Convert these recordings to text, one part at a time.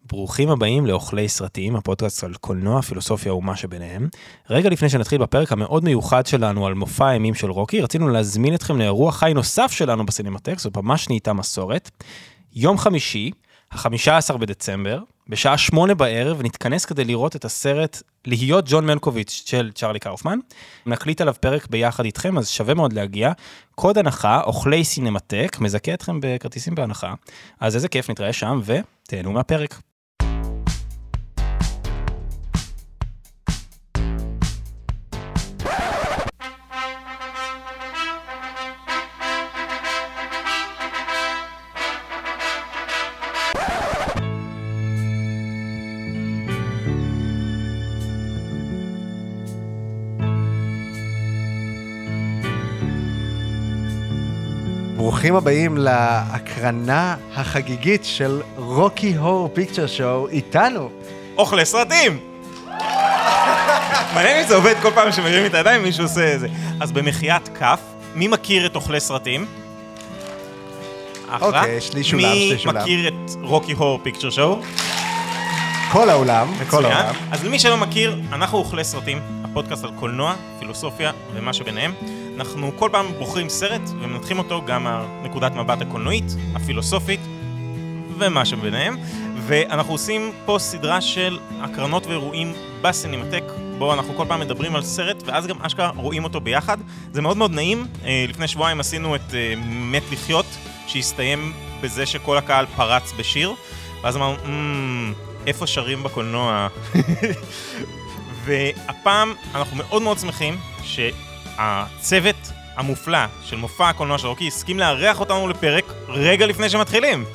ברוכים הבאים לאוכלי סרטים, הפודקאסט על קולנוע, פילוסופיה ומה שביניהם. רגע לפני שנתחיל בפרק המאוד מיוחד שלנו על מופע הימים של רוקי, רצינו להזמין אתכם לאירוע חי נוסף שלנו בסינמטק, זו ממש נהייתה מסורת. יום חמישי, ה-15 בדצמבר, בשעה 8 בערב, נתכנס כדי לראות את הסרט להיות ג'ון מלקוביץ' של צ'רלי קאופמן. נקליט עליו פרק ביחד איתכם, אז שווה מאוד להגיע. קוד הנחה, אוכלי סינמטק, מזכה אתכם בכרטיסים בהנחה. אז איזה כיף, נתראה שם ותהנו מהפרק. ברוכים הבאים להקרנה החגיגית של רוקי הור פיקצ'ר שואו איתנו. אוכלי סרטים! מעניין אם זה עובד כל פעם שמרימים את הידיים מישהו עושה את זה. אז במחיית כף, מי מכיר את אוכלי סרטים? אחלה. אוקיי, שלי שולם, שלי שולם. מי מכיר את רוקי הור פיקצ'ר שואו? כל העולם, כל העולם. אז למי שלא מכיר, אנחנו אוכלי סרטים, הפודקאסט על קולנוע, פילוסופיה ומה שביניהם. אנחנו כל פעם בוחרים סרט ומנתחים אותו גם מהנקודת מבט הקולנועית, הפילוסופית ומה שביניהם. ואנחנו עושים פה סדרה של הקרנות ואירועים בסינמטק, בו אנחנו כל פעם מדברים על סרט ואז גם אשכרה רואים אותו ביחד. זה מאוד מאוד נעים. לפני שבועיים עשינו את מת לחיות, שהסתיים בזה שכל הקהל פרץ בשיר, ואז אמרנו, איפה שרים בקולנוע? והפעם אנחנו מאוד מאוד שמחים שהצוות המופלא של מופע הקולנוע של רוקי הסכים לארח אותנו לפרק רגע לפני שמתחילים.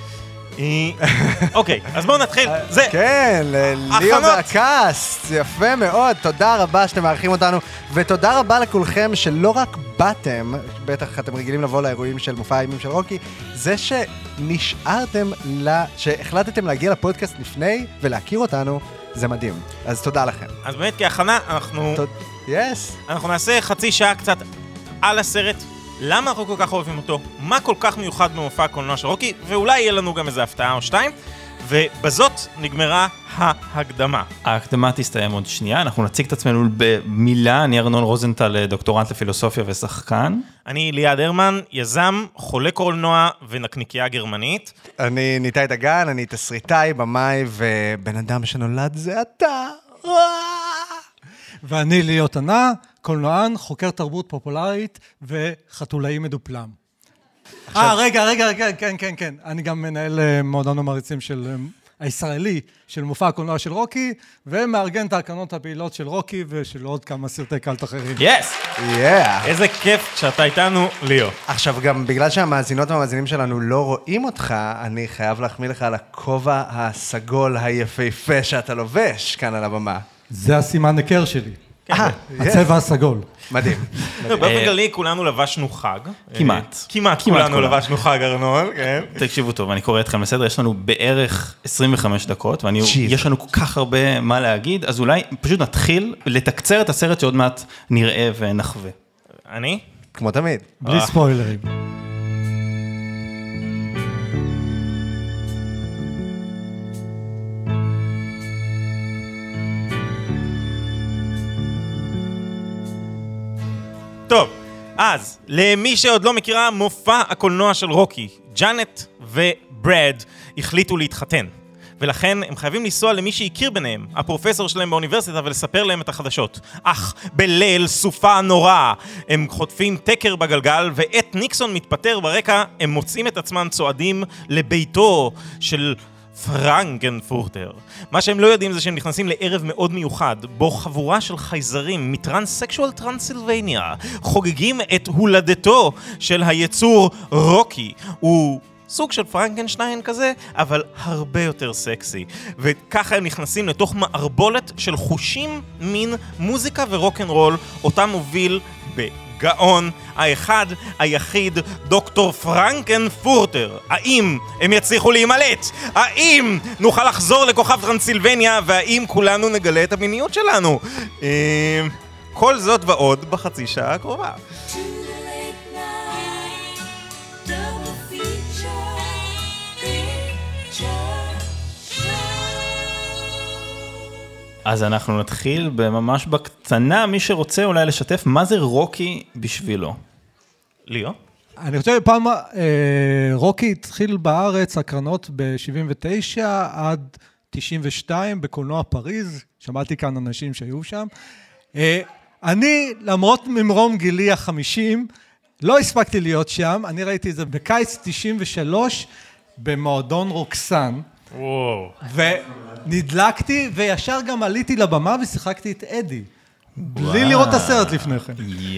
אוקיי, אז בואו נתחיל. זה כן, ליאו והקאסט, יפה מאוד, תודה רבה שאתם מארחים אותנו, ותודה רבה לכולכם שלא רק באתם, בטח אתם רגילים לבוא לאירועים של מופע הימים של רוקי, זה שנשארתם, שהחלטתם להגיע לפודקאסט לפני ולהכיר אותנו, זה מדהים. אז תודה לכם. אז באמת כהכנה, אנחנו נעשה חצי שעה קצת על הסרט, למה אנחנו כל כך אוהבים אותו, מה כל כך מיוחד במופע הקולנוע של רוקי, ואולי יהיה לנו גם איזו הפתעה או שתיים, ובזאת נגמרה ההקדמה. ההקדמה תסתיים עוד שנייה, אנחנו נציג את עצמנו במילה, אני ארנון רוזנטל, דוקטורנט לפילוסופיה ושחקן. אני ליעד הרמן, יזם, חולה קולנוע ונקניקיה גרמנית. אני ניתאי דגן, אני תסריטאי, במאי, ובן אדם שנולד זה אתה. ואני להיות ענה, קולנוען, חוקר תרבות פופולרית וחתולאי מדופלם. רגע, כן. אני גם מנהל מועדון המריצים של הישראלי, של מופע הקולנוע של רוקי, ומארגן את ההקרנות הפעילות של רוקי ושל עוד כמה סרטי קלט אחרים. איזה כיף שאתה איתנו, ליאו. עכשיו גם בגלל שהמאזינות והמאזינים שלנו לא רואים אותך, אני חייב להחמיא לך על הכובע הסגול היפהפה שאתה לובש כאן על הבמה. זה הסימן הכר שלי. הצבע הסגול. מדהים. באופן כללי כולנו לבשנו חג. כמעט כולנו לבשנו חג, ארנון. תקשיבו טוב, אני קורא אתכם לסדר, יש לנו בערך 25 דקות, ויש לנו כל כך הרבה מה להגיד, אז אולי פשוט נתחיל לתקצר את הסרט שעוד מעט נראה ונחווה. אני? כמו תמיד. בלי ספוילרים. טוב, אז למי שעוד לא מכירה, מופע הקולנוע של רוקי, ג'אנט וברד החליטו להתחתן. ולכן הם חייבים לנסוע למי שהכיר ביניהם, הפרופסור שלהם באוניברסיטה, ולספר להם את החדשות. אך בליל סופה נורא, הם חוטפים תקר בגלגל, ואת ניקסון מתפטר ברקע, הם מוצאים את עצמם צועדים לביתו של פרנקנפורטר. מה שהם לא יודעים זה שהם נכנסים לערב מאוד מיוחד, בו חבורה של חייזרים מטרנסקשואל טרנסילבניה חוגגים את הולדתו של היצור רוקי. הוא סוג של פרנקנשטיין כזה, אבל הרבה יותר סקסי. וככה הם נכנסים לתוך מערבולת של חושים, מין מוזיקה ורוק'נ'רול, אותם מוביל גאון, האחד, היחיד, דוקטור פרנקנפורטר. האם הם יצליחו להימלט? האם נוכל לחזור לכוכב טרנסילבניה? והאם כולנו נגלה את המיניות שלנו? כל זאת ועוד בחצי שעה הקרובה. Double feature, picture show. אז אנחנו נתחיל ממש בקטנה, מי שרוצה אולי לשתף, מה זה רוקי בשבילו? ליאו? אני חושב פעם, רוקי התחיל בארץ, הקרנות ב-79 עד 92 בקולנוע פריז, שמעתי כאן אנשים שהיו שם. אני, למרות ממרום גילי ה-50, לא הספקתי להיות שם, אני ראיתי את זה בקיץ 93 במועדון רוקסן. וואו. ונדלקתי, וישר גם עליתי לבמה ושיחקתי את אדי. בלי לראות את הסרט לפני כן.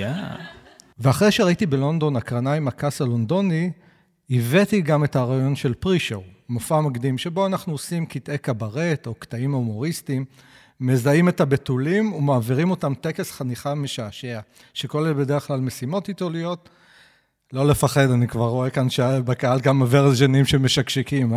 ואחרי שראיתי בלונדון הקרנה עם הכס הלונדוני, הבאתי גם את הרעיון של פרי-שואו, מופע מקדים, שבו אנחנו עושים קטעי קברט או קטעים הומוריסטיים, מזהים את הבתולים ומעבירים אותם טקס חניכה משעשע, שכולל בדרך כלל משימות עיתוליות. לא לפחד, אני כבר רואה כאן בקהל גם ורז'נים שמשקשקים,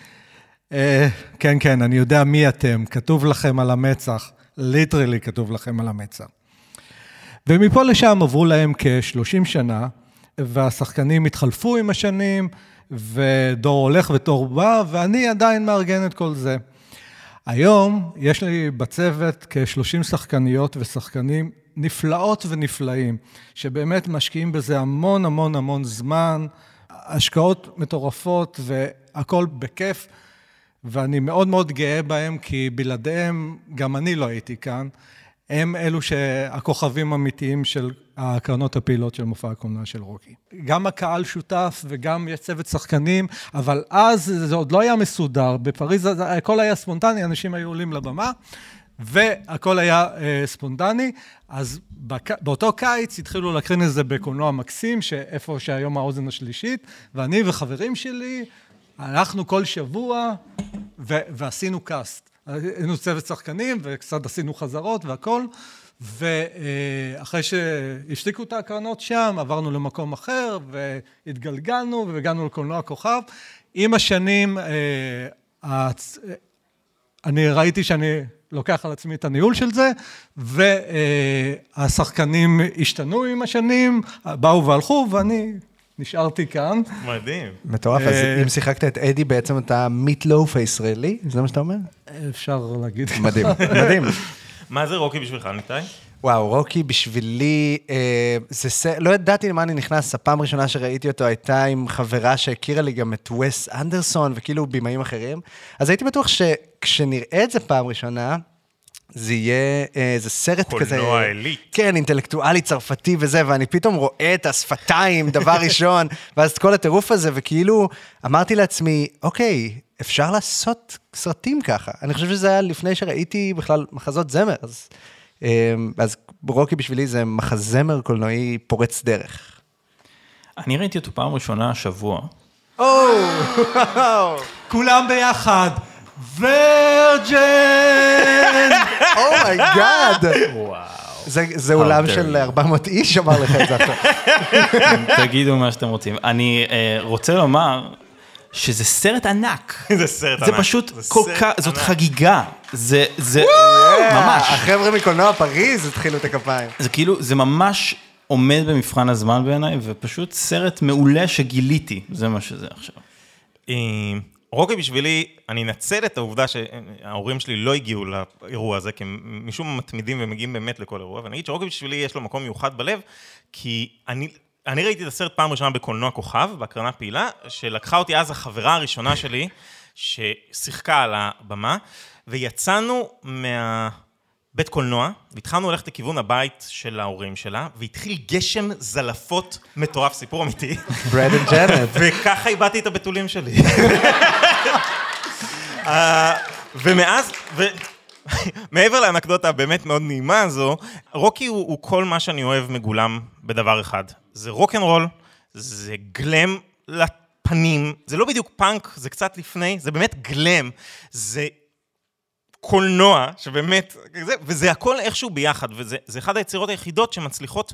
כן, כן, אני יודע מי אתם, כתוב לכם על המצח, ליטרלי כתוב לכם על המצח. ומפה לשם עברו להם כ-30 שנה, והשחקנים התחלפו עם השנים, ודור הולך ודור בא, ואני עדיין מארגן את כל זה. היום יש לי בצוות כ-30 שחקניות ושחקנים נפלאות ונפלאים, שבאמת משקיעים בזה המון המון המון זמן, השקעות מטורפות והכל בכיף, ואני מאוד מאוד גאה בהם, כי בלעדיהם גם אני לא הייתי כאן. הם אלו שהכוכבים האמיתיים של הקרנות הפעילות של מופע הקולנוע של רוקי. גם הקהל שותף וגם יש צוות שחקנים, אבל אז זה עוד לא היה מסודר. בפריז הכל היה ספונטני, אנשים היו עולים לבמה, והכל היה ספונטני. אז באותו קיץ התחילו להקרין את זה בקולנוע מקסים, שאיפה שהיום האוזן השלישית, ואני וחברים שלי, אנחנו כל שבוע, ועשינו קאסט. היינו צוות שחקנים, וקצת עשינו חזרות והכל, ואחרי שהשתיקו את ההקרנות שם, עברנו למקום אחר, והתגלגלנו, והגענו לקולנוע כוכב. עם השנים, אני ראיתי שאני לוקח על עצמי את הניהול של זה, והשחקנים השתנו עם השנים, באו והלכו, ואני נשארתי כאן. מדהים. מטורף, אז אם שיחקת את אדי, בעצם אתה מיטלוף הישראלי, זה מה שאתה אומר? אפשר להגיד. מדהים, מדהים. מה זה רוקי בשבילך, ניתאי? וואו, רוקי בשבילי, לא ידעתי למה אני נכנס, הפעם הראשונה שראיתי אותו הייתה עם חברה שהכירה לי גם את ווס אנדרסון, וכאילו בימאים אחרים, אז הייתי בטוח שכשנראה את זה פעם ראשונה, זה יהיה איזה סרט כזה... קולנוע עילית. כן, אינטלקטואלי, צרפתי וזה, ואני פתאום רואה את השפתיים, דבר ראשון, ואז את כל הטירוף הזה, וכאילו אמרתי לעצמי, אוקיי, אפשר לעשות סרטים ככה. אני חושב שזה היה לפני שראיתי בכלל מחזות זמר, אז רוקי בשבילי זה מחזמר קולנועי פורץ דרך. אני ראיתי אותו פעם ראשונה השבוע. כולם ביחד. וירג'ן! אומייגאד! זה אולם של 400 איש, אמר לך את זה עכשיו. תגידו מה שאתם רוצים. אני רוצה לומר שזה סרט ענק. זה סרט ענק. זה פשוט כל כך, זאת חגיגה. זה ממש. החבר'ה מקולנוע פריז התחילו את הכפיים. זה כאילו, זה ממש עומד במבחן הזמן בעיניי, ופשוט סרט מעולה שגיליתי. זה מה שזה עכשיו. רוקי בשבילי, אני אנצל את העובדה שההורים שלי לא הגיעו לאירוע הזה, כי משום מתמידים ומגיעים באמת לכל אירוע, ואני אגיד שרוקי בשבילי יש לו מקום מיוחד בלב, כי אני ראיתי את הסרט פעם ראשונה בקולנוע כוכב, בהקרנה פעילה, שלקחה אותי אז החברה הראשונה שלי, ששיחקה על הבמה, ויצאנו מהבית קולנוע, והתחלנו ללכת לכיוון הבית של ההורים שלה, והתחיל גשם זלפות מטורף, סיפור אמיתי. ברד אנד ג'נט. וככה איבדתי את הבתולים שלי. ומאז, מעבר לאנקדוטה הבאמת מאוד נעימה הזו, רוקי הוא כל מה שאני אוהב מגולם בדבר אחד. זה רוק'נ'רול, זה גלם לפנים, זה לא בדיוק פאנק, זה קצת לפני, זה באמת גלם, זה קולנוע, שבאמת, וזה הכל איכשהו ביחד, וזה אחד היצירות היחידות שמצליחות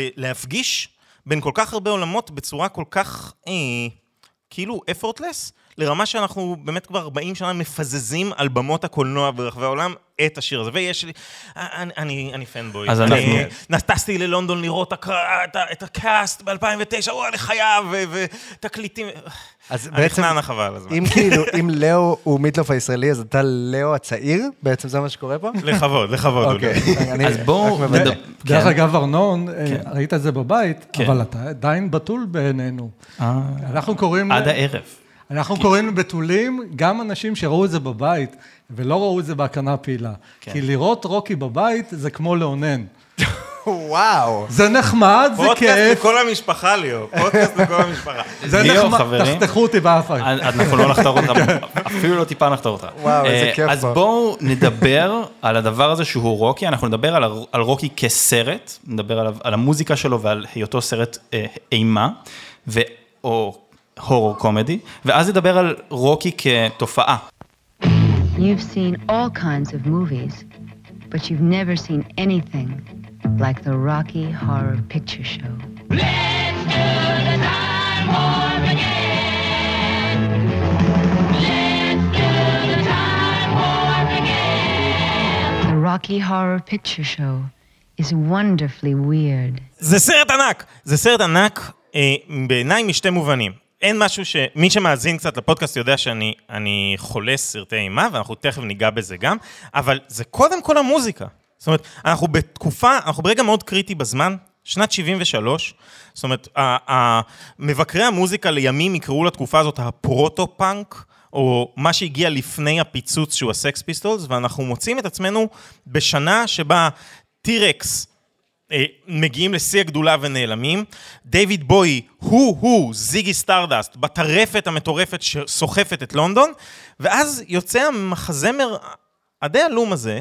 להפגיש בין כל כך הרבה עולמות בצורה כל כך, כאילו, effortless, לרמה שאנחנו באמת כבר 40 שנה מפזזים על במות הקולנוע ברחבי העולם את השיר הזה, ויש לי, אני פנבוי. אז אנחנו... טסתי ללונדון לראות את הקאסט ב-2009, אני חייב, ותקליטים... אז בעצם, אם כאילו, אם לאו הוא מיטלוף הישראלי, אז אתה לאו הצעיר? בעצם זה מה שקורה פה? לכבוד. אז בואו נדבר... דרך אגב, ארנון, ראית את זה בבית, אבל אתה עדיין בתול בעינינו. אנחנו קוראים... עד הערב. אנחנו קוראים בתולים גם אנשים שראו את זה בבית, ולא ראו את זה בהקרנה פעילה. כי לראות רוקי בבית זה כמו לאונן. וואו. זה נחמד, זה כיף. פודקאסט לכל המשפחה, ליאור. פודקאסט לכל המשפחה. זה נחמד, תחתכו אותי באפיים. אנחנו לא נחתור אותך, אפילו לא טיפה נחתור אותך. וואו, איזה כיף פה. אז בואו נדבר על הדבר הזה שהוא רוקי, אנחנו נדבר על רוקי כסרט, נדבר על המוזיקה שלו ועל היותו סרט אימה, או הורור קומדי, ואז נדבר על רוקי כתופעה. You've seen all kinds of movies, but you've never seen anything like the Rocky Horror Picture Show. Let's do the time warp again. Let's do the time warp again. The Rocky Horror Picture Show is wonderfully weird. זה סרט ענק בעיניי משתי מובנים. אין משהו שמי שמאזין קצת לפודקאסט יודע שאני חולה סרטי אימה, ואנחנו תכף ניגע בזה גם, אבל זה קודם כל המוזיקה. זאת אומרת, אנחנו ברגע מאוד קריטי בזמן, שנת 73, זאת אומרת, מבקרי המוזיקה לימים יקראו לתקופה הזאת הפרוטו-פאנק, או מה שהגיע לפני הפיצוץ שהוא הסקס פיסטולס, ואנחנו מוצאים את עצמנו בשנה שבה טירקס, מגיעים לשיא הגדולה ונעלמים, דיוויד בוי הוא זיגי סטארדסט, בטרפת המטורפת שסוחפת את לונדון, ואז יוצא המחזמר הדי עלום הזה,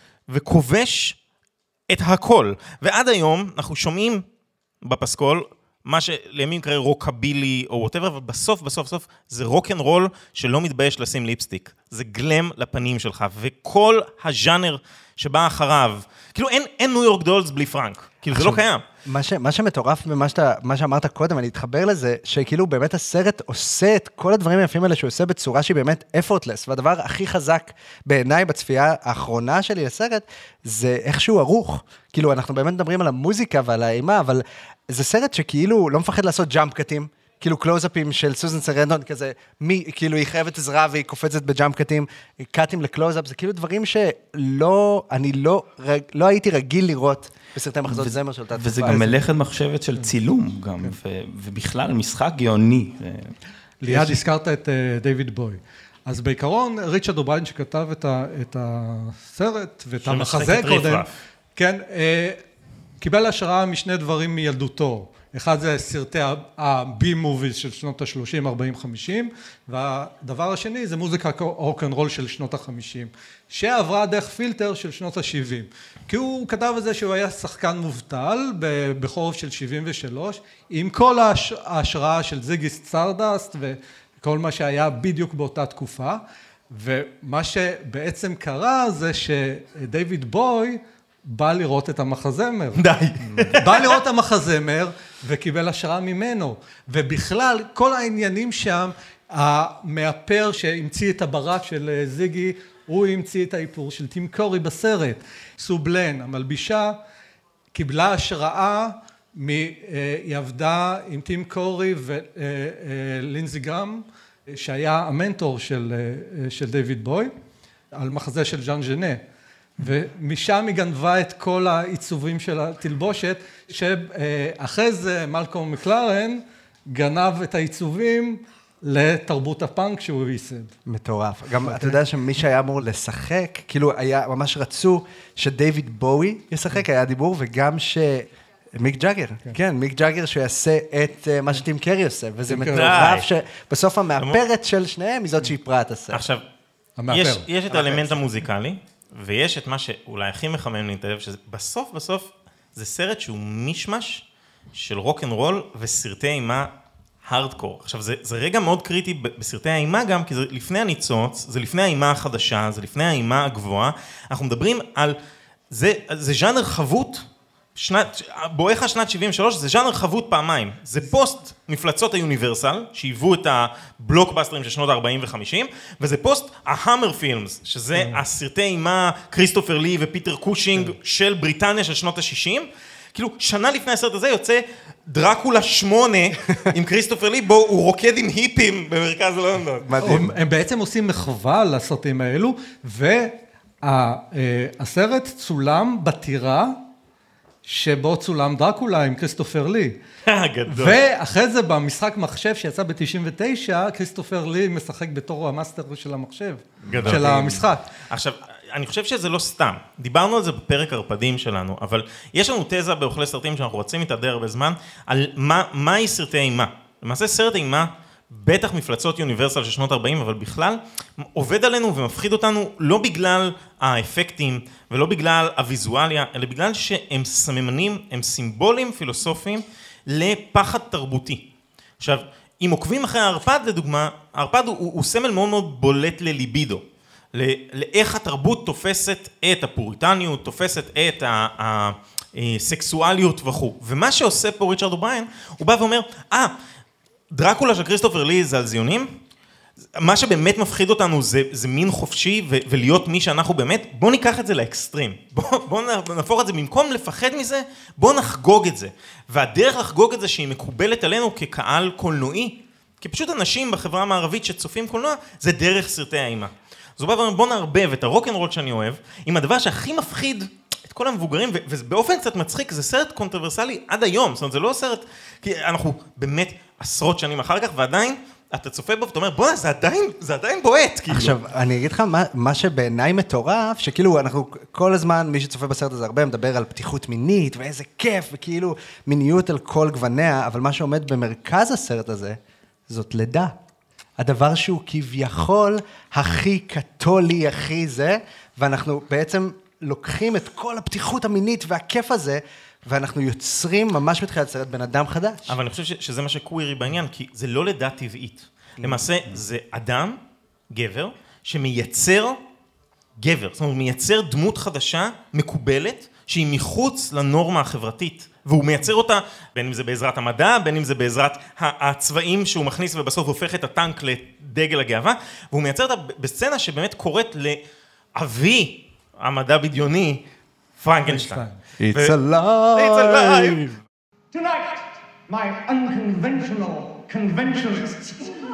וכובש את הכל. ועד היום אנחנו שומעים בפסקול, מה שלימים קרא רוקבילי או whatever, אבל בסוף זה רוק אנד רול שלא מתבייש לשים ליפסטיק. זה גלם לפנים שלך, וכל הז'אנר שבא אחריו, כאילו אין ניו יורק דולס בלי פרנק, כאילו זה לא קיים. מה שמטורף במה שאמרת קודם, אני אתחבר לזה, שכאילו באמת הסרט עושה את כל הדברים היפים האלה שהוא עושה בצורה שהיא באמת effortless, והדבר הכי חזק בעיניי בצפייה האחרונה שלי לסרט, זה איכשהו ערוך. כאילו אנחנו באמת מדברים על המוזיקה ועל האימה, אבל זה סרט שכאילו לא מפחד לעשות ג'אמפ קטים, כאילו קלוזאפים של סוזן סרנדון כזה, כאילו היא חייבת עזרה והיא קופצת בג'אמפ קטים, קאטים לקלוזאפ, זה כאילו דברים אני לא הייתי רגיל לראות בסרטי מחזות זמר של אותה תקופה. וזה גם מלאכת מחשבת של צילום גם, ובכלל משחק גאוני. ליד הזכרת את דיוויד בוי. אז בעיקרון, ריצ'רד אובריין שכתב את הסרט ואת המחזה קודם, כן, קיבל השראה משני דברים מילדותו. אחד זה סרטי הבי-מוביז של שנות ה-30, 40, 50, והדבר השני זה מוזיקה רוק-אנד-רול של שנות ה-50, שעברה דרך פילטר של שנות ה-70. כי הוא כתב את זה שהוא היה שחקן מובטל בחורף של 73, עם כל ההשראה של זיגי סטארדסט וכל מה שהיה בדיוק באותה תקופה, ומה שבעצם קרה זה שדייוויד בוי בא לראות את המחזמר. בא לראות את המחזמר וקיבל השראה ממנו. ובכלל, כל העניינים שם, המאפר שהמציא את הברק של זיגי, הוא המציא את האיפור של טים קורי בסרט. סו בלן, המלבישה, קיבלה השראה, היא עבדה עם טים קורי ולינזי גרם, שהיה המנטור של דיוויד בוי, על מחזה של ז'אן ז'נה. ומשם היא גנבה את כל העיצובים של התלבושת, שאחרי זה מלקום מקלרן גנב את העיצובים לתרבות הפאנק שהוא ייסד. מטורף. גם אתה יודע שמי שהיה אמור לשחק, כאילו היה ממש רצו שדייוויד בואי ישחק, היה דיבור, וגם מיק ג'אגר, כן, מיק ג'אגר שיעשה את מה שטים קרי עושה, וזה מטורף שבסוף המאפרת של שניהם היא זאת שהיא פרעת עשה. עכשיו, יש את האלמנט המוזיקלי, ויש את מה שאולי הכי מחמם להתערב, שבסוף זה סרט שהוא מישמש של רוק אנד רול וסרטי אימה הארדקור. עכשיו, זה רגע מאוד קריטי בסרטי האימה גם, כי זה לפני הניצוץ, זה לפני האימה החדשה, זה לפני האימה הגבוהה. אנחנו מדברים על, זה ז'אנר חבוט בואכה שנת 73, זה ז'אנר חבוט פעמיים. זה פוסט מפלצות היוניברסל, שהיוו את הבלוקבאסטרים של שנות ה-40 ו-50, וזה פוסט ההאמר פילמס, שזה הסרטי אימה, כריסטופר לי ופיטר קושינג של בריטניה של שנות ה-60. כאילו, שנה לפני הסרט הזה יוצא דרקולה 8 עם כריסטופר לי, בו הוא רוקד עם היפים במרכז לונדון. מדהים. הם בעצם עושים מחווה לסרטים האלו, והסרט צולם בטירה, שבו צולם דרקולה עם כריסטופר לי. גדול. ואחרי זה במשחק מחשב שיצא ב-99, כריסטופר לי משחק בתור המאסטר של המחשב, גדול. של המשחק. עכשיו, אני חושב שזה לא סתם. דיברנו על זה בפרק הרפדים שלנו, אבל יש לנו תזה באוכלי סרטים שאנחנו רוצים להתהדר הרבה זמן, על מהי סרטי אימה. למעשה סרט אימה, בטח מפלצות יוניברסל של שנות 40, אבל בכלל עובד עלינו ומפחיד אותנו לא בגלל האפקטים ולא בגלל הוויזואליה, אלא בגלל שהם סממנים, הם סימבולים פילוסופיים לפחד תרבותי. עכשיו, אם עוקבים אחרי הערפד לדוגמה, הערפד הוא סמל מאוד מאוד בולט לליבידו, לאיך התרבות תופסת את הפוריטניות, תופסת את הסקסואליות וכו'. ומה שעושה פה ריצ'רד אובריין, הוא בא ואומר, דרקולה של כריסטופר לי זה על זיונים, מה שבאמת מפחיד אותנו זה מין חופשי ולהיות מי שאנחנו באמת, בוא ניקח את זה לאקסטרים, בוא נהפוך את זה, במקום לפחד מזה, בוא נחגוג את זה. והדרך לחגוג את זה שהיא מקובלת עלינו כקהל קולנועי, כי פשוט אנשים בחברה המערבית שצופים קולנוע, זה דרך סרטי האימה. אז הוא בא ואומר, בוא נערבב את הרוק'נ'רול שאני אוהב, עם הדבר שהכי מפחיד את כל המבוגרים, ובאופן קצת מצחיק, זה סרט קונטרוברסלי עד היום, זאת אומרת, זה לא סרט, כי אנחנו באמת עשרות שנים אחר כך, ועדיין אתה צופה בו ואתה אומר, בוא, זה עדיין בועט, כאילו. עכשיו, אני אגיד לך, מה שבעיניי מטורף, שכאילו אנחנו כל הזמן, מי שצופה בסרט הזה הרבה, מדבר על פתיחות מינית, ואיזה כיף, וכאילו מיניות על כל גווניה, אבל מה שעומד במרכז הסרט הזה, זאת לידה. הדבר שהוא כביכול הכי קתולי, הכי זה, ואנחנו בעצם לוקחים את כל הפתיחות המינית והכיף הזה, ואנחנו יוצרים ממש בתחילת סרט בן אדם חדש. אבל אני חושב שזה מה שקווירי בעניין, כי זה לא לידה טבעית. למעשה, זה אדם, גבר, שמייצר גבר, זאת אומרת, מייצר דמות חדשה, מקובלת, שהיא מחוץ לנורמה החברתית, והוא מייצר אותה, בין אם זה בעזרת המדע, בין אם זה בעזרת הצבעים שהוא מכניס, ובסוף הופך את הטנק לדגל הגאווה, והוא מייצר אותה בסצנה שבאמת קוראת לאבי המדע בדיוני, פרנקנשטיין. It's alive! It's alive! Tonight, my unconventional conventionists,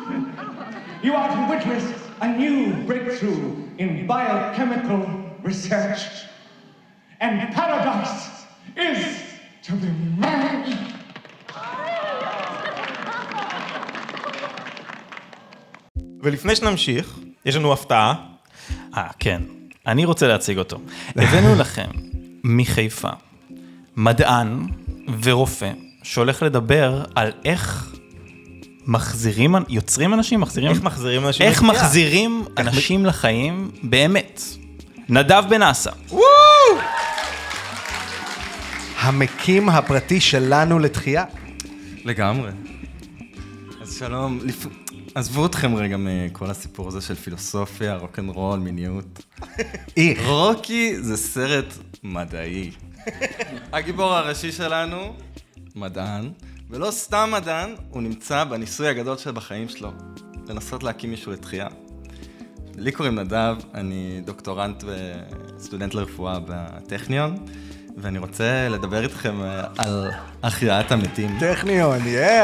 you are to witness a new breakthrough in biochemical research. And paradise is to be mine. ולפני שנמשיך, יש לנו הפתעה. כן. אני רוצה להציג אותו. הבאנו לכם מחיפה, מדען ורופא, שהולך לדבר על איך מחזירים, יוצרים אנשים, מחזירים... איך מחזירים אנשים? איך מחזירים אנשים לחיים באמת. נדב בנאסה. המקים הפרטי שלנו לתחייה. לגמרי. אז שלום, עזבו אתכם רגע מכל הסיפור הזה של פילוסופיה, רוק'נ'רול, מיניות. רוקי זה סרט מדעי. הגיבור הראשי שלנו, מדען, ולא סתם מדען, הוא נמצא בניסוי הגדול שבחיים שלו, לנסות להקים מישהו לתחייה. לי קוראים נדב, אני דוקטורנט וסטודנט לרפואה בטכניון, ואני רוצה לדבר איתכם על החייאת המתים. טכניון,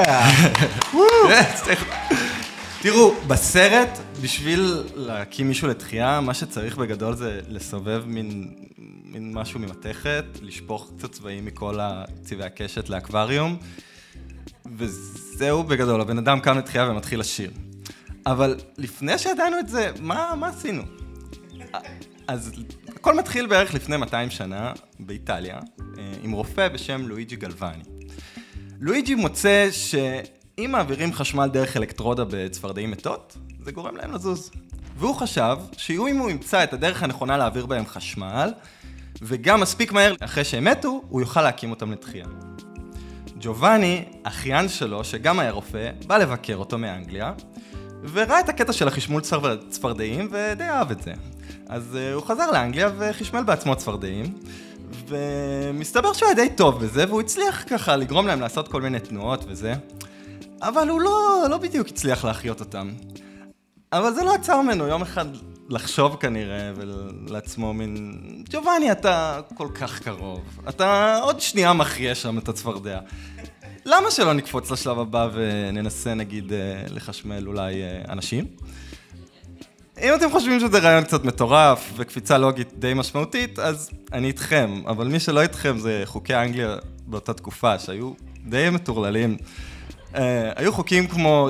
תראו, בסרט, בשביל להקים מישהו לתחייה, מה שצריך בגדול זה לסובב מין משהו ממתכת, לשפוך קצת צבעים מכל צבעי הקשת לאקווריום, וזהו בגדול, הבן אדם קם לתחייה ומתחיל לשיר. אבל לפני שידענו את זה, מה עשינו? אז הכל מתחיל בערך לפני 200 שנה באיטליה, עם רופא בשם לואיג'י גלוואני. לואיג'י מוצא שאם מעבירים חשמל דרך אלקטרודה בצפרדעים מתות, זה גורם להם לזוז. והוא חשב שאם הוא ימצא את הדרך הנכונה להעביר בהם חשמל, וגם מספיק מהר אחרי שהם מתו, הוא יוכל להקים אותם לתחייה. ג'ובאני, אחיין שלו, שגם היה רופא, בא לבקר אותו מאנגליה, וראה את הקטע של החשמול צפרדעים, ודי אהב את זה. אז הוא חזר לאנגליה וחשמל בעצמו צפרדעים, ומסתבר שהוא היה די טוב בזה, והוא הצליח ככה לגרום להם לעשות כל מיני תנועות וזה, אבל הוא לא בדיוק הצליח להחיות אותם. אבל זה לא עצר ממנו יום אחד לחשוב כנראה, ולעצמו מין, ג'ובאני, אתה כל כך קרוב. אתה עוד שנייה מחיה שם את הצפרדע. למה שלא נקפוץ לשלב הבא וננסה, נגיד, לחשמל אולי אנשים? אם אתם חושבים שזה רעיון קצת מטורף וקפיצה לוגית די משמעותית, אז אני איתכם. אבל מי שלא איתכם זה חוקי אנגליה באותה תקופה, שהיו די מטורללים. היו חוקים כמו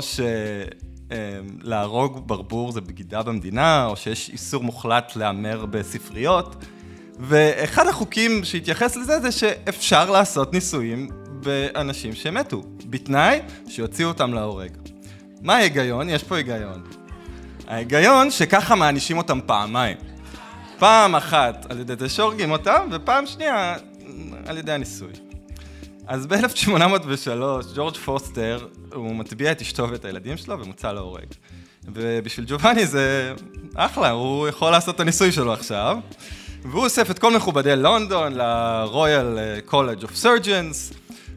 להרוג ברבור זה בגידה במדינה, או שיש איסור מוחלט לאמר בספריות, ואחד החוקים שהתייחס לזה זה שאפשר לעשות ניסויים באנשים שמתו, בתנאי שיוציאו אותם להורג. מה ההיגיון? יש פה היגיון. ההיגיון שככה מענישים אותם פעמיים. פעם אחת על ידי זה שהורגים אותם, ופעם שנייה על ידי הניסוי. אז ב-1803 ג'ורג' פוסטר, הוא מטביע את אשתו ואת הילדים שלו ומוצא להורג. ובשביל ג'ובאני זה אחלה, הוא יכול לעשות את הניסוי שלו עכשיו. והוא אוסף את כל מכובדי לונדון ל-Royal College of Surgeons,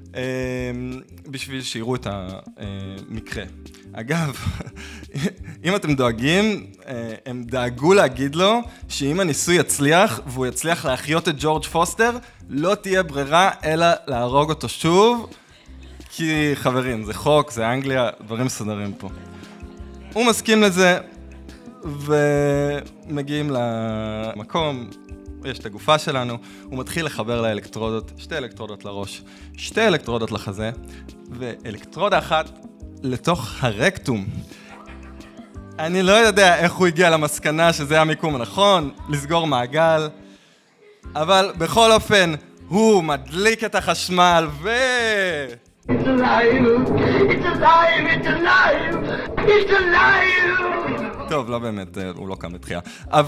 בשביל שיראו את המקרה. אגב, אם אתם דואגים, הם דאגו להגיד לו שאם הניסוי יצליח, והוא יצליח להחיות את ג'ורג' פוסטר, לא תהיה ברירה אלא להרוג אותו שוב, כי חברים, זה חוק, זה אנגליה, דברים מסודרים פה. הוא מסכים לזה, ומגיעים למקום, יש את הגופה שלנו, הוא מתחיל לחבר לאלקטרודות, 2 אלקטרודות לראש, 2 אלקטרודות לחזה, ואלקטרודה אחת לתוך הרקטום. אני לא יודע איך הוא הגיע למסקנה שזה המיקום הנכון, לסגור מעגל, אבל בכל אופן, הוא מדליק את החשמל It's alive! It's alive! It's alive! It's alive! טוב, לא באמת, הוא לא קם לתחייה.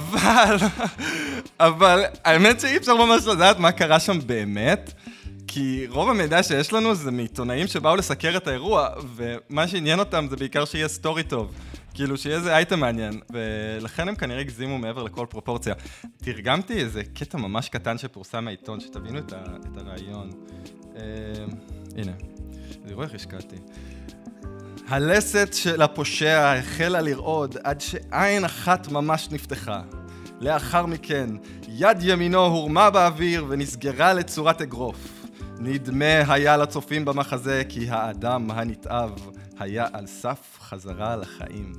אבל האמת שאי אפשר ממש לדעת מה קרה שם באמת, כי רוב המידע שיש לנו זה מעיתונאים שבאו לסקר את האירוע, ומה שעניין אותם זה בעיקר שיהיה סטורי טוב. כאילו שיהיה איזה אייטם מעניין, ולכן הם כנראה הגזימו מעבר לכל פרופורציה. תרגמתי איזה קטע ממש קטן שפורסם מהעיתון, שתבינו את הרעיון. הנה, תראו איך השקעתי. הלסת של הפושע החלה לרעוד עד שעין אחת ממש נפתחה. לאחר מכן, יד ימינו הורמה באוויר ונסגרה לצורת אגרוף. נדמה היה לצופים במחזה כי האדם הנתעב היה על סף חזרה לחיים.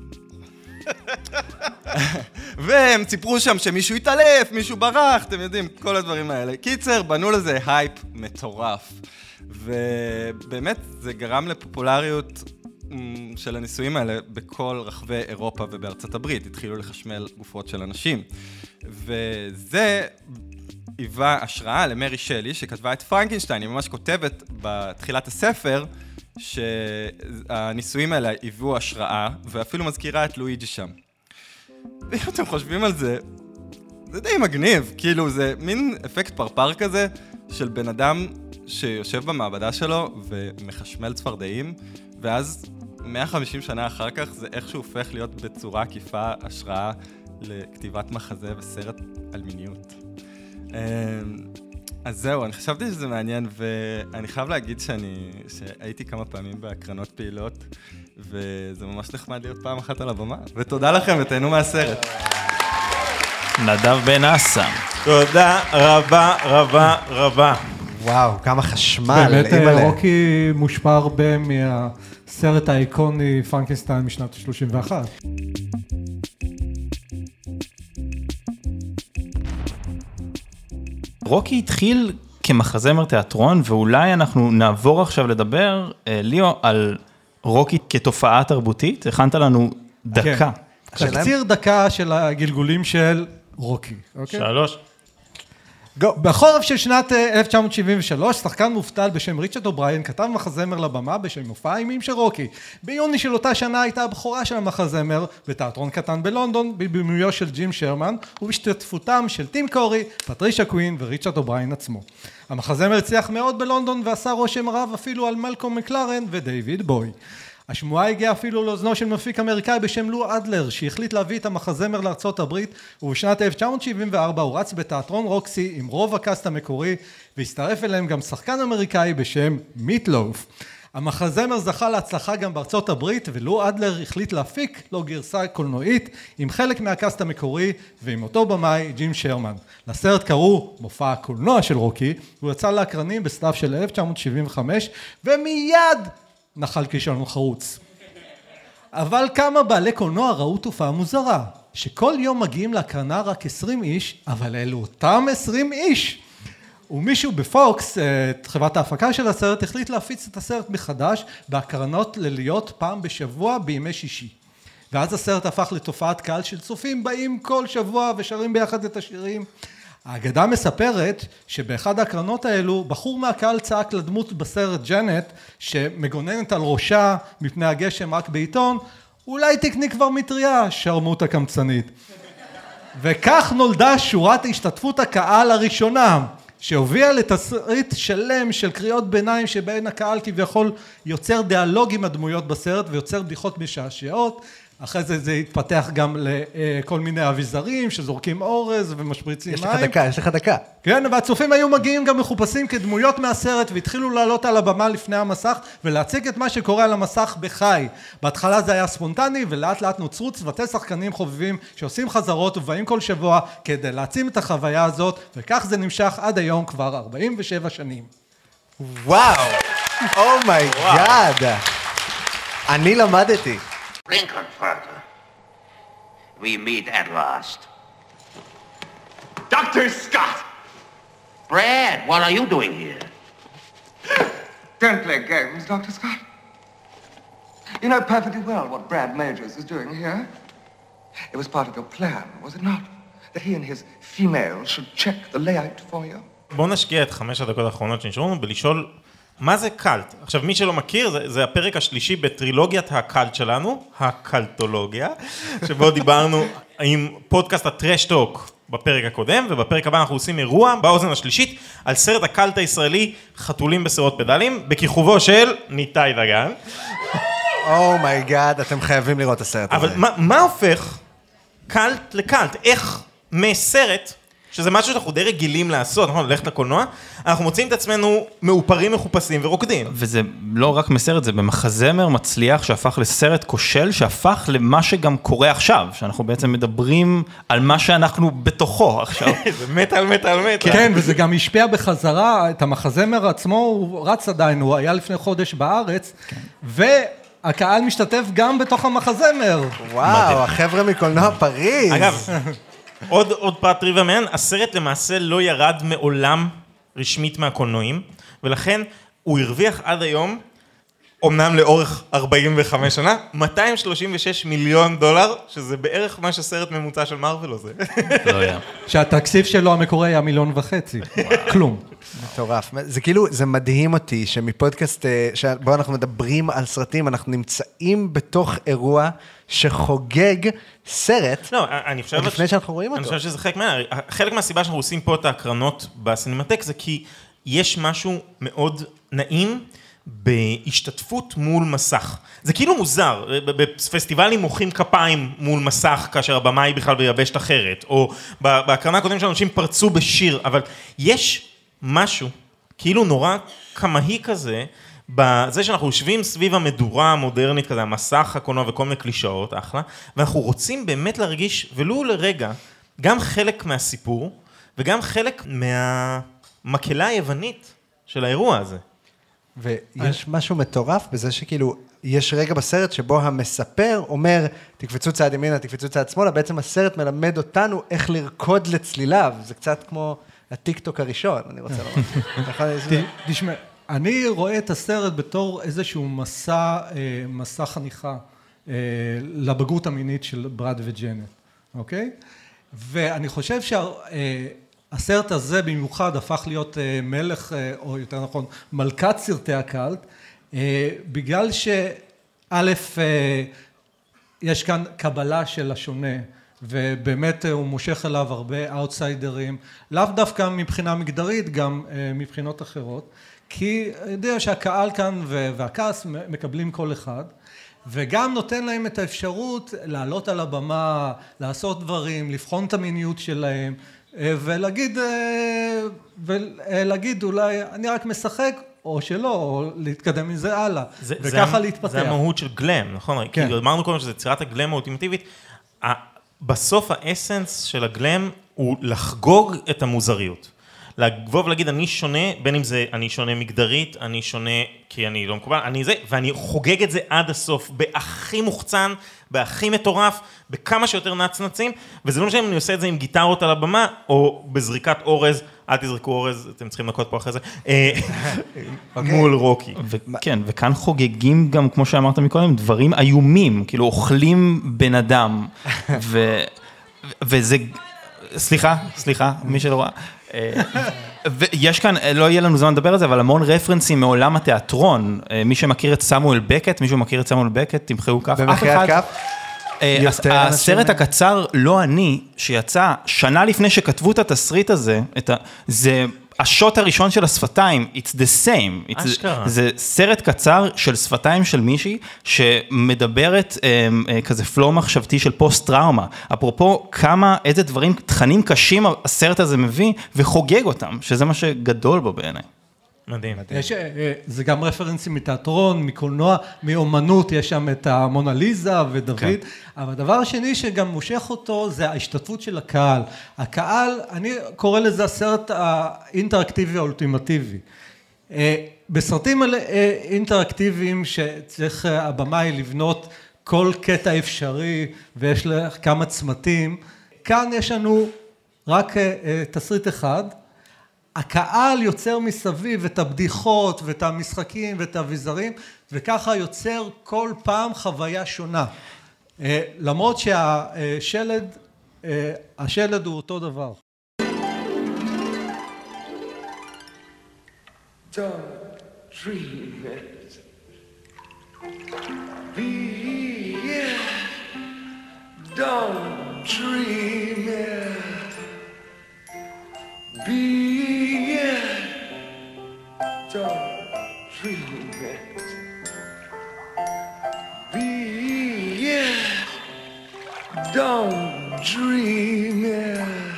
והם ציפרו שם שמישהו התעלף, מישהו ברח, אתם יודעים, כל הדברים האלה. קיצר, בנו לזה הייפ מטורף. ובאמת זה גרם לפופולריות של הניסויים האלה בכל רחבי אירופה ובארצות הברית. התחילו לחשמל גופות של אנשים. וזה היווה השראה למרי שלי, שכתבה את פרנקנשטיין. היא ממש כותבת בתחילת הספר, שהניסויים האלה היוו השראה, ואפילו מזכירה את לואיג'י שם. ואם אתם חושבים על זה, זה די מגניב. כאילו, זה מין אפקט פרפר כזה, של בן אדם שיושב במעבדה שלו ומחשמל צפרדעים, ואז 150 שנה אחר כך זה איכשהו הופך להיות בצורה עקיפה השראה לכתיבת מחזה וסרט על מיניות. אז זהו, אני חשבתי שזה מעניין, ואני חייב להגיד שהייתי כמה פעמים בהקרנות פעילות, וזה ממש נחמד להיות פעם אחת על הבמה, ותודה לכם ותהנו מהסרט. נדב בן אסם. תודה רבה רבה רבה. וואו, כמה חשמל. באמת רוקי מושפע הרבה מהסרט האיקוני פרנקנשטיין משנת 31. רוקי התחיל כמחזמר תיאטרון, ואולי אנחנו נעבור עכשיו לדבר, ליאו, על רוקי כתופעה תרבותית. הכנת לנו דקה. תקציר דקה של הגלגולים של רוקי. 3. בחורף של שנת 1973, שחקן מובטל בשם ריצ'רד אובריין כתב מחזמר לבמה בשם מופע האימים של רוקי. ביוני של אותה שנה הייתה הבכורה של המחזמר בתיאטרון קטן בלונדון, בבימויו של ג'ים שרמן, ובהשתתפותם של טים קורי, פטרישה קווין וריצ'רד אובריין עצמו. המחזמר הצליח מאוד בלונדון ועשה רושם רב אפילו על מלקום מקלרן ודייוויד בוי. השמועה הגיעה אפילו לאוזנו של מפיק אמריקאי בשם לו אדלר, שהחליט להביא את המחזמר לארצות הברית, ובשנת 1974 הוא רץ בתיאטרון רוקסי עם רוב הקאסט המקורי, והצטרף אליהם גם שחקן אמריקאי בשם מיטלוף. המחזמר זכה להצלחה גם בארצות הברית, ולו אדלר החליט להפיק לו גרסה קולנועית עם חלק מהקאסט המקורי ועם אותו במאי ג'ים שרמן. לסרט קראו מופע הקולנוע של רוקי, הוא יצא לאקרנים בסתיו של 1975 ומיד נחל כישלון חרוץ. אבל כמה בעלי קולנוע ראו תופעה מוזרה, שכל יום מגיעים להקרנה רק 20 איש, אבל אלו אותם 20 איש. ומישהו בפוקס, את חברת ההפקה של הסרט, החליט להפיץ את הסרט מחדש בהקרנות ליליות פעם בשבוע בימי שישי. ואז הסרט הפך לתופעת קהל של צופים באים כל שבוע ושרים ביחד את השירים. האגדה מספרת שבאחד ההקרנות האלו, בחור מהקהל צעק לדמות בסרט ג'נט, שמגוננת על ראשה מפני הגשם רק בעיתון, אולי תקני כבר מטריה, שרמוטה קמצנית. וכך נולדה שורת השתתפות הקהל הראשונה, שהובילה לתסריט שלם של קריאות ביניים שבהן הקהל כביכול יוצר דיאלוג עם הדמויות בסרט ויוצר בדיחות משעשעות. אחרי זה התפתח גם לכל מיני אביזרים שזורקים אורז ומשפריצים מים. יש לך דקה. כן, והצופים היו מגיעים גם מחופשים כדמויות מהסרט והתחילו לעלות על הבמה לפני המסך ולהציג את מה שקורה על המסך בחי. בהתחלה זה היה ספונטני ולאט לאט נוצרו צוותי שחקנים חובבים שעושים חזרות ובאים כל שבוע כדי להעצים את החוויה הזאת, וכך זה נמשך עד היום כבר 47 שנים. וואו, אומייגאד. אני למדתי. Lincoln Father, we meet at last. Dr. Scott! Brad, what are you doing here? Don't play games, Dr. Scott. You know perfectly well what Brad Majors is doing here. It was part of your plan, was it not? That he and his female should check the layout for you? בואו נשקיע את 5 הדקות האחרונות שנשארו לנו בלשאול מה זה קלט? עכשיו, מי שלא מכיר, זה הפרק השלישי בטרילוגיית הקלט שלנו, הקלטולוגיה, שבו דיברנו עם פודקאסט הטרשטוק בפרק הקודם, ובפרק הבא אנחנו עושים אירוע באוזן השלישית על סרט הקלט הישראלי, חתולים בסירות פדלים, בכיכובו של ניתאי דגן. אומייגאד, אתם חייבים לראות את הסרט הזה. אבל מה הופך קלט לקלט? איך מסרט, שזה משהו שאנחנו די רגילים לעשות, נכון, ללכת לקולנוע, אנחנו מוצאים את עצמנו מאופרים, מחופשים ורוקדים. וזה לא רק מסרט, זה במחזמר מצליח שהפך לסרט כושל, שהפך למה שגם קורה עכשיו, שאנחנו בעצם מדברים על מה שאנחנו בתוכו עכשיו. זה מטל. כן, וזה גם השפיע בחזרה, את המחזמר עצמו הוא רץ עדיין, הוא היה לפני חודש בארץ, והקהל משתתף גם בתוך המחזמר. וואו, החבר'ה מקולנוע פריז. אגב, עוד פרט טריוויה מעניין, הסרט למעשה לא ירד מעולם רשמית מהקולנועים, ולכן הוא הרוויח עד היום, אומנם לאורך 45 שנה, $236 מיליון, שזה בערך מה שסרט ממוצע של מארוול עושה. לא היה. שהתקציב שלו המקורי היה $1.5 מיליון. כלום. מטורף. זה כאילו, זה מדהים אותי שמפודקאסט, שבו אנחנו מדברים על סרטים, אנחנו נמצאים בתוך אירוע שחוגג סרט, לא, אני חושב... לפני שאנחנו רואים אותו. אני חושב שזה חלק מהסיבה שאנחנו עושים פה את ההקרנות בסינמטק, זה כי יש משהו מאוד נעים בהשתתפות מול מסך. זה כאילו מוזר, בפסטיבלים מוחאים כפיים מול מסך, כאשר הבמה היא בכלל ביבשת אחרת, או בהקרנה הקודם שאנשים פרצו בשיר, אבל יש משהו, כאילו נורא כמהי כזה, בזה שאנחנו יושבים סביב המדורה המודרנית כזה, המסך, הקולנוע וכל מיני קלישאות, אחלה, ואנחנו רוצים באמת להרגיש, ולו לרגע, גם חלק מהסיפור, וגם חלק מהמקהלה היוונית של האירוע הזה. ויש משהו מטורף בזה שכאילו, יש רגע בסרט שבו המספר אומר, תקפצו צעד ימינה, תקפצו צעד שמאלה, בעצם הסרט מלמד אותנו איך לרקוד לצליליו, זה קצת כמו הטיקטוק הראשון, אני רוצה לומר. תשמע, אני רואה את הסרט בתור איזשהו מסע חניכה לבגרות המינית של ברד וג'נט, אוקיי? ואני חושב שהסרט הזה במיוחד הפך להיות מלך, או יותר נכון, מלכת סרטי הקלט, בגלל שא' יש כאן קבלה של השונה, ובאמת הוא מושך אליו הרבה אאוטסיידרים, לאו דווקא מבחינה מגדרית, גם מבחינות אחרות, כי יודע שהקהל כאן והקאסט מקבלים כל אחד, וגם נותן להם את האפשרות לעלות על הבמה, לעשות דברים, לבחון את המיניות שלהם, ולהגיד אולי אני רק משחק, או שלא, או להתקדם מזה הלאה, וככה להתפתח. זה המהות של גלם, נכון? כן. כי אמרנו קודם שזה יצירת הגלם האולטימטיבית, בסוף האסנס של הגלם הוא לחגוג את המוזריות. לבוא ולהגיד, אני שונה, בין אם זה אני שונה מגדרית, אני שונה כי אני לא מקובל, אני זה, ואני חוגג את זה עד הסוף, בהכי מוחצן, בהכי מטורף, בכמה שיותר נצנצים, וזה לא משנה אם אני עושה את זה עם גיטרות על הבמה, או בזריקת אורז, אל תזרקו אורז, אתם צריכים לקות פה אחרי זה, מול רוקי. כן, וכאן חוגגים גם, כמו שאמרת מקודם, דברים איומים, כאילו אוכלים בן אדם, וזה, סליחה, מי שלא רואה, ויש כאן, לא יהיה לנו זמן לדבר על זה, אבל המון רפרנסים מעולם התיאטרון, מי שמכיר את סמואל בקט, מישהו מכיר את סמואל בקט, תמחאו כף, במחיית כף? הסרט הקצר, לא אני, שיצא שנה לפני שכתבו את התסריט הזה, זה השוט הראשון של השפתיים, it's the same. אשכרה. זה סרט קצר של שפתיים של מישהי, שמדברת כזה פלואו מחשבתי של פוסט-טראומה. אפרופו איזה דברים, תכנים קשים הסרט הזה מביא, וחוגג אותם, שזה מה שגדול בו בעיניי. מדהים. זה גם רפרנסים מתיאטרון, מקולנוע, מאומנות, יש שם את המונליזה ודוד, אבל הדבר השני שגם מושך אותו זה ההשתתפות של הקהל. הקהל, אני קורא לזה הסרט האינטראקטיבי האולטימטיבי. בסרטים אינטראקטיביים שצריך הבמאי לבנות כל קטע אפשרי ויש לה כמה צמתים, כאן יש לנו רק תסריט אחד, הקהל יוצר מסביב את הבדיחות ואת המשחקים ואת האביזרים, וככה יוצר כל פעם חוויה שונה. למרות שהשלד הוא אותו דבר. Don't dream it. Be it. Don't dream it. Be it. Don't dream it. Be it. Don't dream it.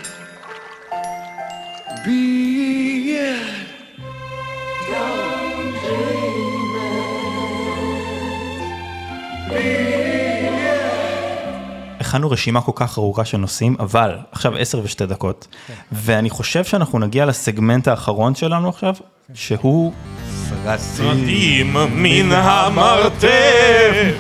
Be it. Don't dream it. Be it. הכנו רשימה כל כך ארוכה של נושאים, אבל עכשיו 10 ו2 דקות, ואני חושב שאנחנו נגיע לסגמנט האחרון שלנו עכשיו, שהוא סרטים מן המרתף.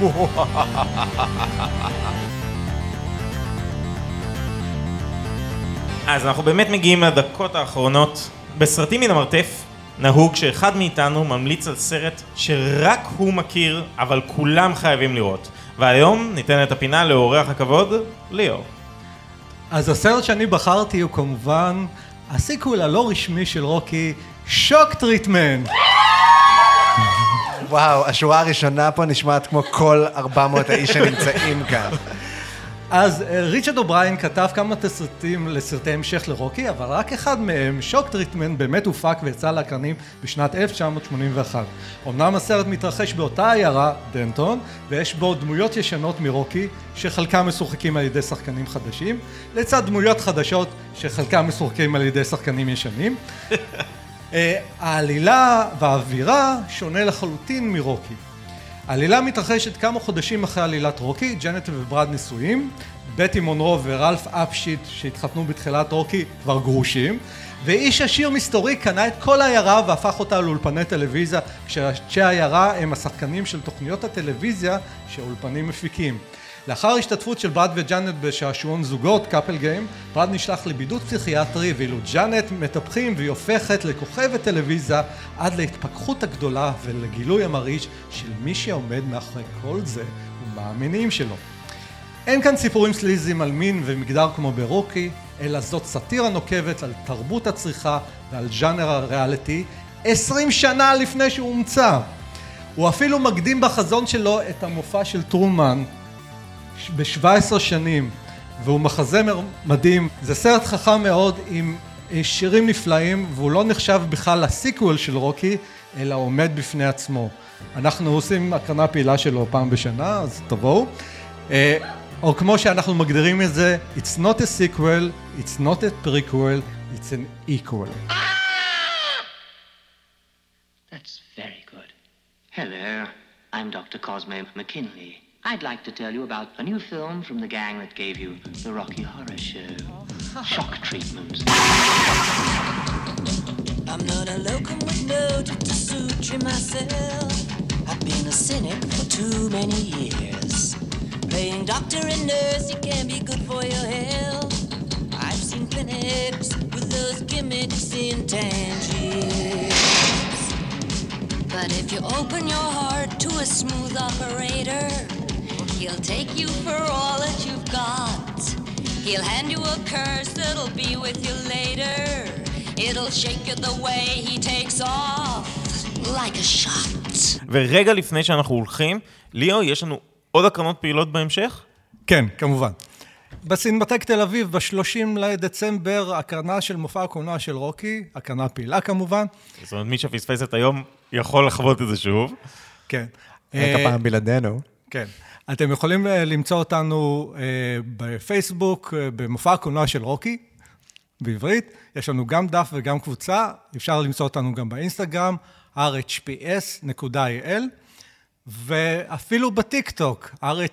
אז אנחנו באמת מגיעים לדקות האחרונות. בסרטים מן המרתף נהוג שאחד מאיתנו ממליץ על סרט שרק הוא מכיר, אבל כולם חייבים לראות. והיום ניתן את הפינה לאורח הכבוד, ליאור. אז הסרט שאני בחרתי הוא כמובן הסיקוול הלא רשמי של רוקי, שוק טריטמנט. וואו, השורה הראשונה פה נשמעת כמו כל 400 האיש שנמצאים כאן. אז ריצ'רד אובריין כתב כמה תסריטים לסרטי המשך לרוקי, אבל רק אחד מהם, שוק טריטמנט, באמת הופק ויצא לאקרנים בשנת 1981. אמנם הסרט מתרחש באותה עיירה, דנטון, ויש בו דמויות ישנות מרוקי, שחלקם משוחקים על ידי שחקנים חדשים, לצד דמויות חדשות שחלקם משוחקים על ידי שחקנים ישנים. העלילה והאווירה שונה לחלוטין מרוקי. העלילה מתרחשת כמה חודשים אחרי עלילת רוקי, ג'נט וברד נשואים, בטי מונרו ורלף אפשיט שהתחתנו בתחילת רוקי כבר גרושים, ואיש עשיר מסתורי קנה את כל העיירה והפך אותה לאולפני טלוויזיה, כשאנשי העיירה הם השחקנים של תוכניות הטלוויזיה שהאולפנים מפיקים. לאחר השתתפות של ברד וג'נט בשעשועון זוגות, קאפל גיים, ברד נשלח לבידוד פסיכיאטרי, ואילו ג'נט מטפחים והיא הופכת לכוכבת טלוויזיה עד להתפכחות הגדולה ולגילוי המרעיש של מי שעומד מאחורי כל זה ומה המניעים שלו. אין כאן סיפורים סליזיים על מין ומגדר כמו ברוקי, אלא זאת סאטירה נוקבת על תרבות הצריכה ועל ז'אנר הריאליטי 20 שנה לפני שהוא הומצא. הוא אפילו מקדים בחזון שלו את המופע של טרומן ב-17 שנים, והוא מחזמר מדהים. זה סרט חכם מאוד עם שירים נפלאים, והוא לא נחשב בכלל לסיקוול של רוקי, אלא עומד בפני עצמו. אנחנו עושים הקרנה פעילה שלו פעם בשנה, אז תבואו. או כמו שאנחנו מגדירים את זה, it's not a sequel, it's not a prequel, it's an equal. That's very good. Hello, I'm Dr. Cosmo McKinley. I'd like to tell you about a new film from the gang that gave you the Rocky Horror Show. Shock treatment. I'm not a locum with no suture myself. I've been a cynic for too many years. Playing doctor and nurse, it can be good for your health. I've seen clinics with those gimmicks in Tangiers. But if you open your heart to a smooth operator, he'll take you for all that you've got. He'll hand you a curse that'll be with you later. It'll shake you the way he takes off, like a shot. ורגע לפני שאנחנו הולכים, ליאו, יש לנו עוד הקרנות פעילות בהמשך? כן, כמובן. בסינמטק תל אביב, ב-30 לדצמבר, הקרנה של מופע הקולנוע של רוקי, הקרנה פעילה כמובן. זאת אומרת, מי שפספס את היום יכול לחוות את זה שוב. כן. רק הפעם בלעדינו. כן. אתם יכולים למצוא אותנו בפייסבוק, במופע הקולנוע של רוקי, בעברית. יש לנו גם דף וגם קבוצה. אפשר למצוא אותנו גם באינסטגרם, rhps.il. ואפילו בטיקטוק,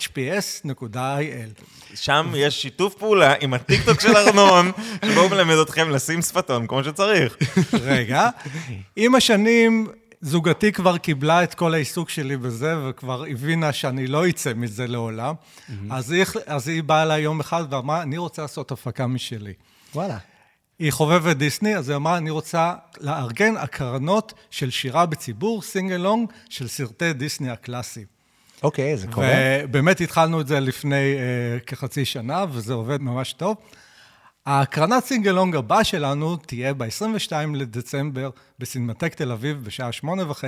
rhps.il. שם יש שיתוף פעולה עם הטיקטוק של ארנון, שבואו מלמד אתכם לשים שפתון כמו שצריך. רגע, עם השנים, זוגתי כבר קיבלה את כל העיסוק שלי בזה, וכבר הבינה שאני לא אצא מזה לעולם. אז היא באה אליי יום אחד ואמרה, אני רוצה לעשות הפקה משלי. וואלה. היא חובבת דיסני, אז היא אמרה, אני רוצה לארגן הקרנות של שירה בציבור, סינגלונג, של סרטי דיסני הקלאסיים. אוקיי, זה קורה. ובאמת התחלנו את זה לפני כחצי שנה, וזה עובד ממש טוב. הקרנת סינגלונג הבא שלנו תהיה ב-22 לדצמבר, בסינמטק תל אביב, בשעה 8:30,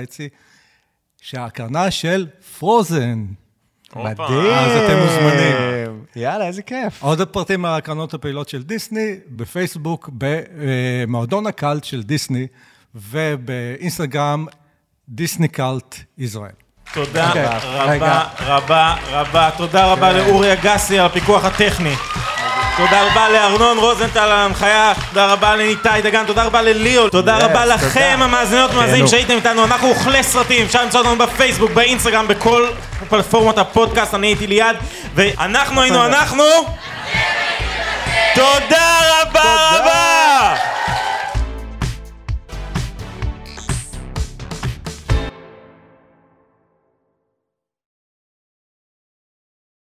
שההקרנה של פרוזן. מדהים. אז אתם מוזמנים. יאללה, איזה כיף. עוד הפרטים על הקרנות הפעילות של דיסני, בפייסבוק, במועדון הקלט של דיסני, ובאינסטגרם, דיסני קלט ישראל. תודה רבה. תודה רבה לאורי אגסי על הפיקוח הטכני. תודה רבה לארנון רוזנטל על ההנחיה, תודה רבה לניתאי דגן, תודה רבה לליאו, תודה רבה לכם המאזינות ומאזינים שהייתם איתנו. אנחנו אוכלי סרטים, אפשר למצוא אותנו בפייסבוק, באינסטגרם, בכל פלטפורמות הפודקאסט. אני הייתי ליד, ואנחנו היינו אנחנו. תודה.